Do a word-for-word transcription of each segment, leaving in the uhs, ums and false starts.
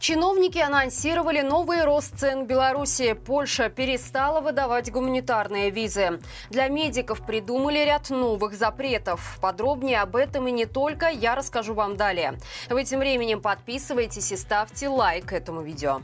Чиновники анонсировали новый рост цен в Беларуси. Польша перестала выдавать гуманитарные визы. Для медиков придумали ряд новых запретов. Подробнее об этом и не только я расскажу вам далее. Вы тем временем подписывайтесь и ставьте лайк этому видео.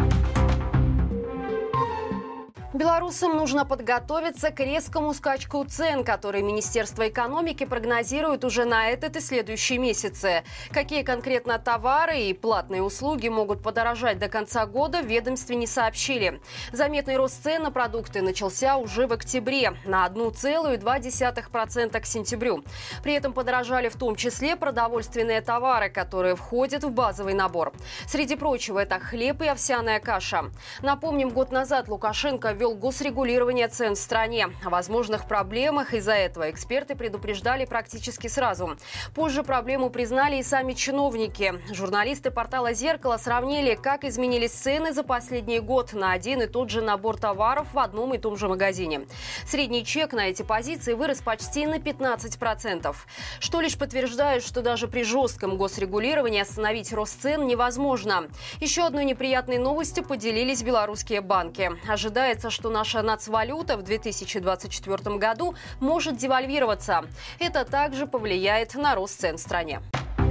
Белорусам нужно подготовиться к резкому скачку цен, который Министерство экономики прогнозирует уже на этот и следующие месяцы. Какие конкретно товары и платные услуги могут подорожать до конца года, в ведомстве не сообщили. Заметный рост цен на продукты начался уже в октябре на одна целая две десятых процента к сентябрю. При этом подорожали в том числе продовольственные товары, которые входят в базовый набор. Среди прочего это хлеб и овсяная каша. Напомним, год назад Лукашенко ввел госрегулирование цен в стране. О возможных проблемах из-за этого эксперты предупреждали практически сразу. Позже проблему признали и сами чиновники. Журналисты портала «Зеркало» сравнили, как изменились цены за последний год на один и тот же набор товаров в одном и том же магазине. Средний чек на эти позиции вырос почти на пятнадцать процентов. Что лишь подтверждает, что даже при жестком госрегулировании остановить рост цен невозможно. Еще одной неприятной новостью поделились белорусские банки. Ожидается, что наша нацвалюта в две тысячи двадцать четвёртом году может девальвироваться. Это также повлияет на рост цен в стране.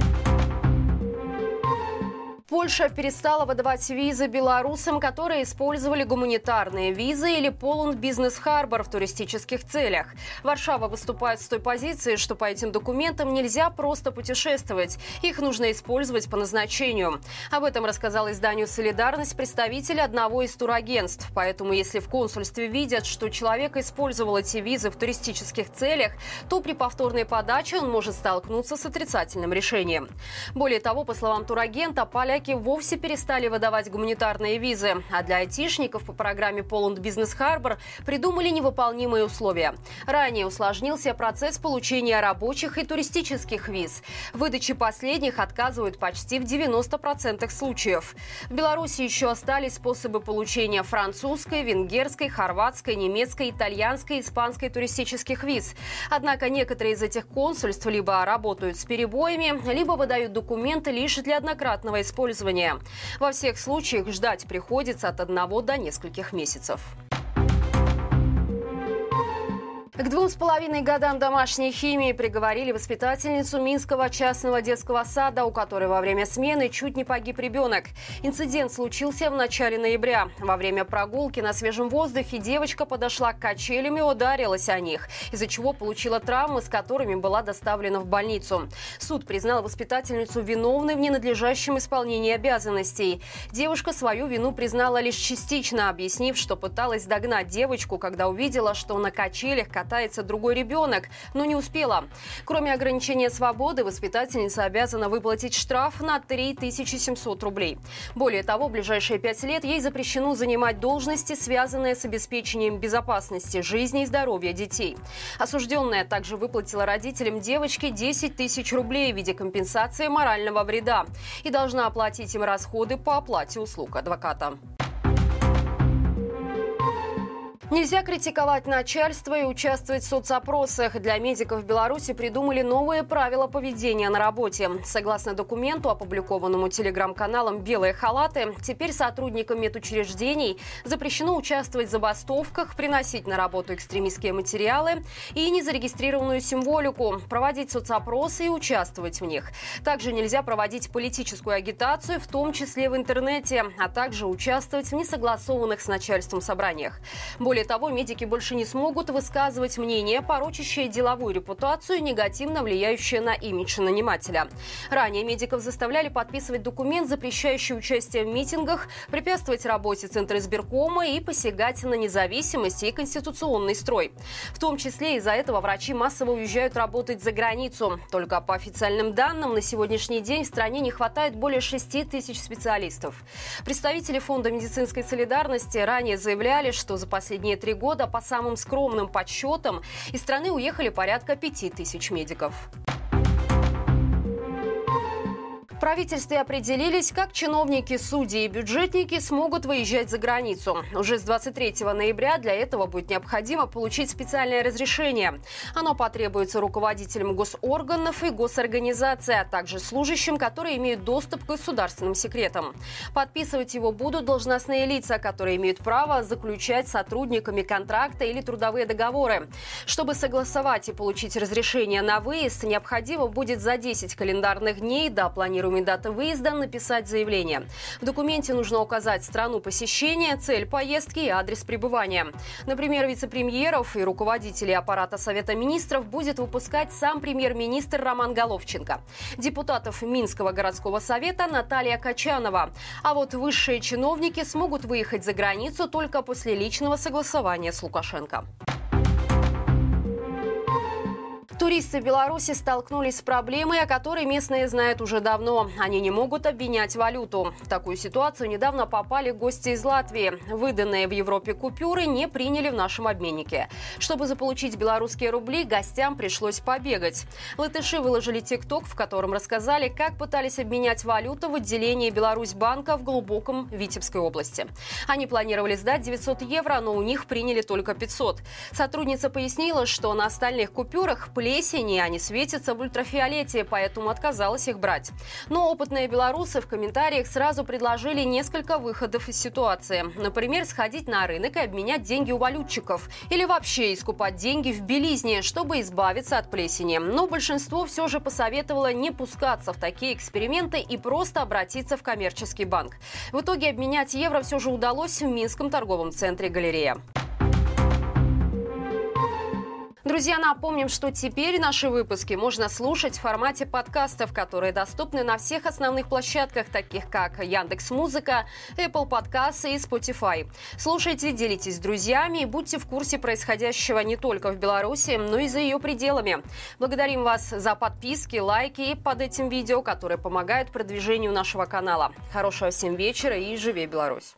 Польша перестала выдавать визы белорусам, которые использовали гуманитарные визы или Poland Business Harbor в туристических целях. Варшава выступает с той позиции, что по этим документам нельзя просто путешествовать. Их нужно использовать по назначению. Об этом рассказал изданию «Солидарность» представитель одного из турагентств. Поэтому, если в консульстве видят, что человек использовал эти визы в туристических целях, то при повторной подаче он может столкнуться с отрицательным решением. Более того, по словам турагента, поляки вовсе перестали выдавать гуманитарные визы, а для айтишников по программе Poland Business Harbor придумали невыполнимые условия. Ранее усложнился процесс получения рабочих и туристических виз. В выдаче последних отказывают почти в девяноста процентах случаев. В Беларуси еще остались способы получения французской, венгерской, хорватской, немецкой, итальянской, испанской туристических виз. Однако некоторые из этих консульств либо работают с перебоями, либо выдают документы лишь для однократного использования. Во всех случаях ждать приходится от одного до нескольких месяцев. К двум с половиной годам домашней химии приговорили воспитательницу Минского частного детского сада, у которой во время смены чуть не погиб ребенок. Инцидент случился в начале ноября. Во время прогулки на свежем воздухе девочка подошла к качелям и ударилась о них, из-за чего получила травмы, с которыми была доставлена в больницу. Суд признал воспитательницу виновной в ненадлежащем исполнении обязанностей. Девушка свою вину признала лишь частично, объяснив, что пыталась догнать девочку, когда увидела, что на качелях катается другой ребенок, но не успела. Кроме ограничения свободы, воспитательница обязана выплатить штраф на три тысячи семьсот рублей. Более того, в ближайшие пять лет ей запрещено занимать должности, связанные с обеспечением безопасности, жизни и здоровья детей. Осужденная также выплатила родителям девочки десять тысяч рублей в виде компенсации морального вреда и должна оплатить им расходы по оплате услуг адвоката. Нельзя критиковать начальство и участвовать в соцопросах. Для медиков в Беларуси придумали новые правила поведения на работе. Согласно документу, опубликованному телеграм-каналом «Белые халаты», теперь сотрудникам медучреждений запрещено участвовать в забастовках, приносить на работу экстремистские материалы и незарегистрированную символику, проводить соцопросы и участвовать в них. Также нельзя проводить политическую агитацию, в том числе в интернете, а также участвовать в несогласованных с начальством собраниях. Более Более того, медики больше не смогут высказывать мнение, порочащее деловую репутацию и негативно влияющее на имидж нанимателя. Ранее медиков заставляли подписывать документ, запрещающий участие в митингах, препятствовать работе Центра избиркома и посягать на независимость и конституционный строй. В том числе из-за этого врачи массово уезжают работать за границу. Только по официальным данным, на сегодняшний день в стране не хватает более шести тысяч специалистов. Представители Фонда медицинской солидарности ранее заявляли, что за последние три года, по самым скромным подсчетам, из страны уехали порядка пяти тысяч медиков. В правительстве определились, как чиновники, судьи и бюджетники смогут выезжать за границу. Уже с двадцать третьего ноября для этого будет необходимо получить специальное разрешение. Оно потребуется руководителям госорганов и госорганизаций, а также служащим, которые имеют доступ к государственным секретам. Подписывать его будут должностные лица, которые имеют право заключать с сотрудниками контракты или трудовые договоры. Чтобы согласовать и получить разрешение на выезд, необходимо будет за десять календарных дней до планируемой даты выезда написать заявление. В документе нужно указать страну посещения, цель поездки и адрес пребывания. Например, вице-премьеров и руководителей аппарата Совета министров будет выпускать сам премьер-министр Роман Головченко. Депутатов Минского городского совета Наталья Качанова. А вот высшие чиновники смогут выехать за границу только после личного согласования с Лукашенко. Туристы в Беларуси столкнулись с проблемой, о которой местные знают уже давно. Они не могут обменять валюту. В такую ситуацию недавно попали гости из Латвии. Выданные в Европе купюры не приняли в нашем обменнике. Чтобы заполучить белорусские рубли, гостям пришлось побегать. Латыши выложили тикток, в котором рассказали, как пытались обменять валюту в отделении Беларусьбанка в глубоком Витебской области. Они планировали сдать девятьсот евро, но у них приняли только пятьсот. Сотрудница пояснила, что на остальных купюрах плесень, и они светятся в ультрафиолете, поэтому отказалась их брать. Но опытные белорусы в комментариях сразу предложили несколько выходов из ситуации. Например, сходить на рынок и обменять деньги у валютчиков. Или вообще искупать деньги в белизне, чтобы избавиться от плесени. Но большинство все же посоветовало не пускаться в такие эксперименты и просто обратиться в коммерческий банк. В итоге обменять евро все же удалось в Минском торговом центре «Галерея». Друзья, напомним, что теперь наши выпуски можно слушать в формате подкастов, которые доступны на всех основных площадках, таких как Яндекс.Музыка, Apple Podcasts и Spotify. Слушайте, делитесь с друзьями и будьте в курсе происходящего не только в Беларуси, но и за ее пределами. Благодарим вас за подписки, лайки под этим видео, которые помогают продвижению нашего канала. Хорошего всем вечера и живи Беларусь!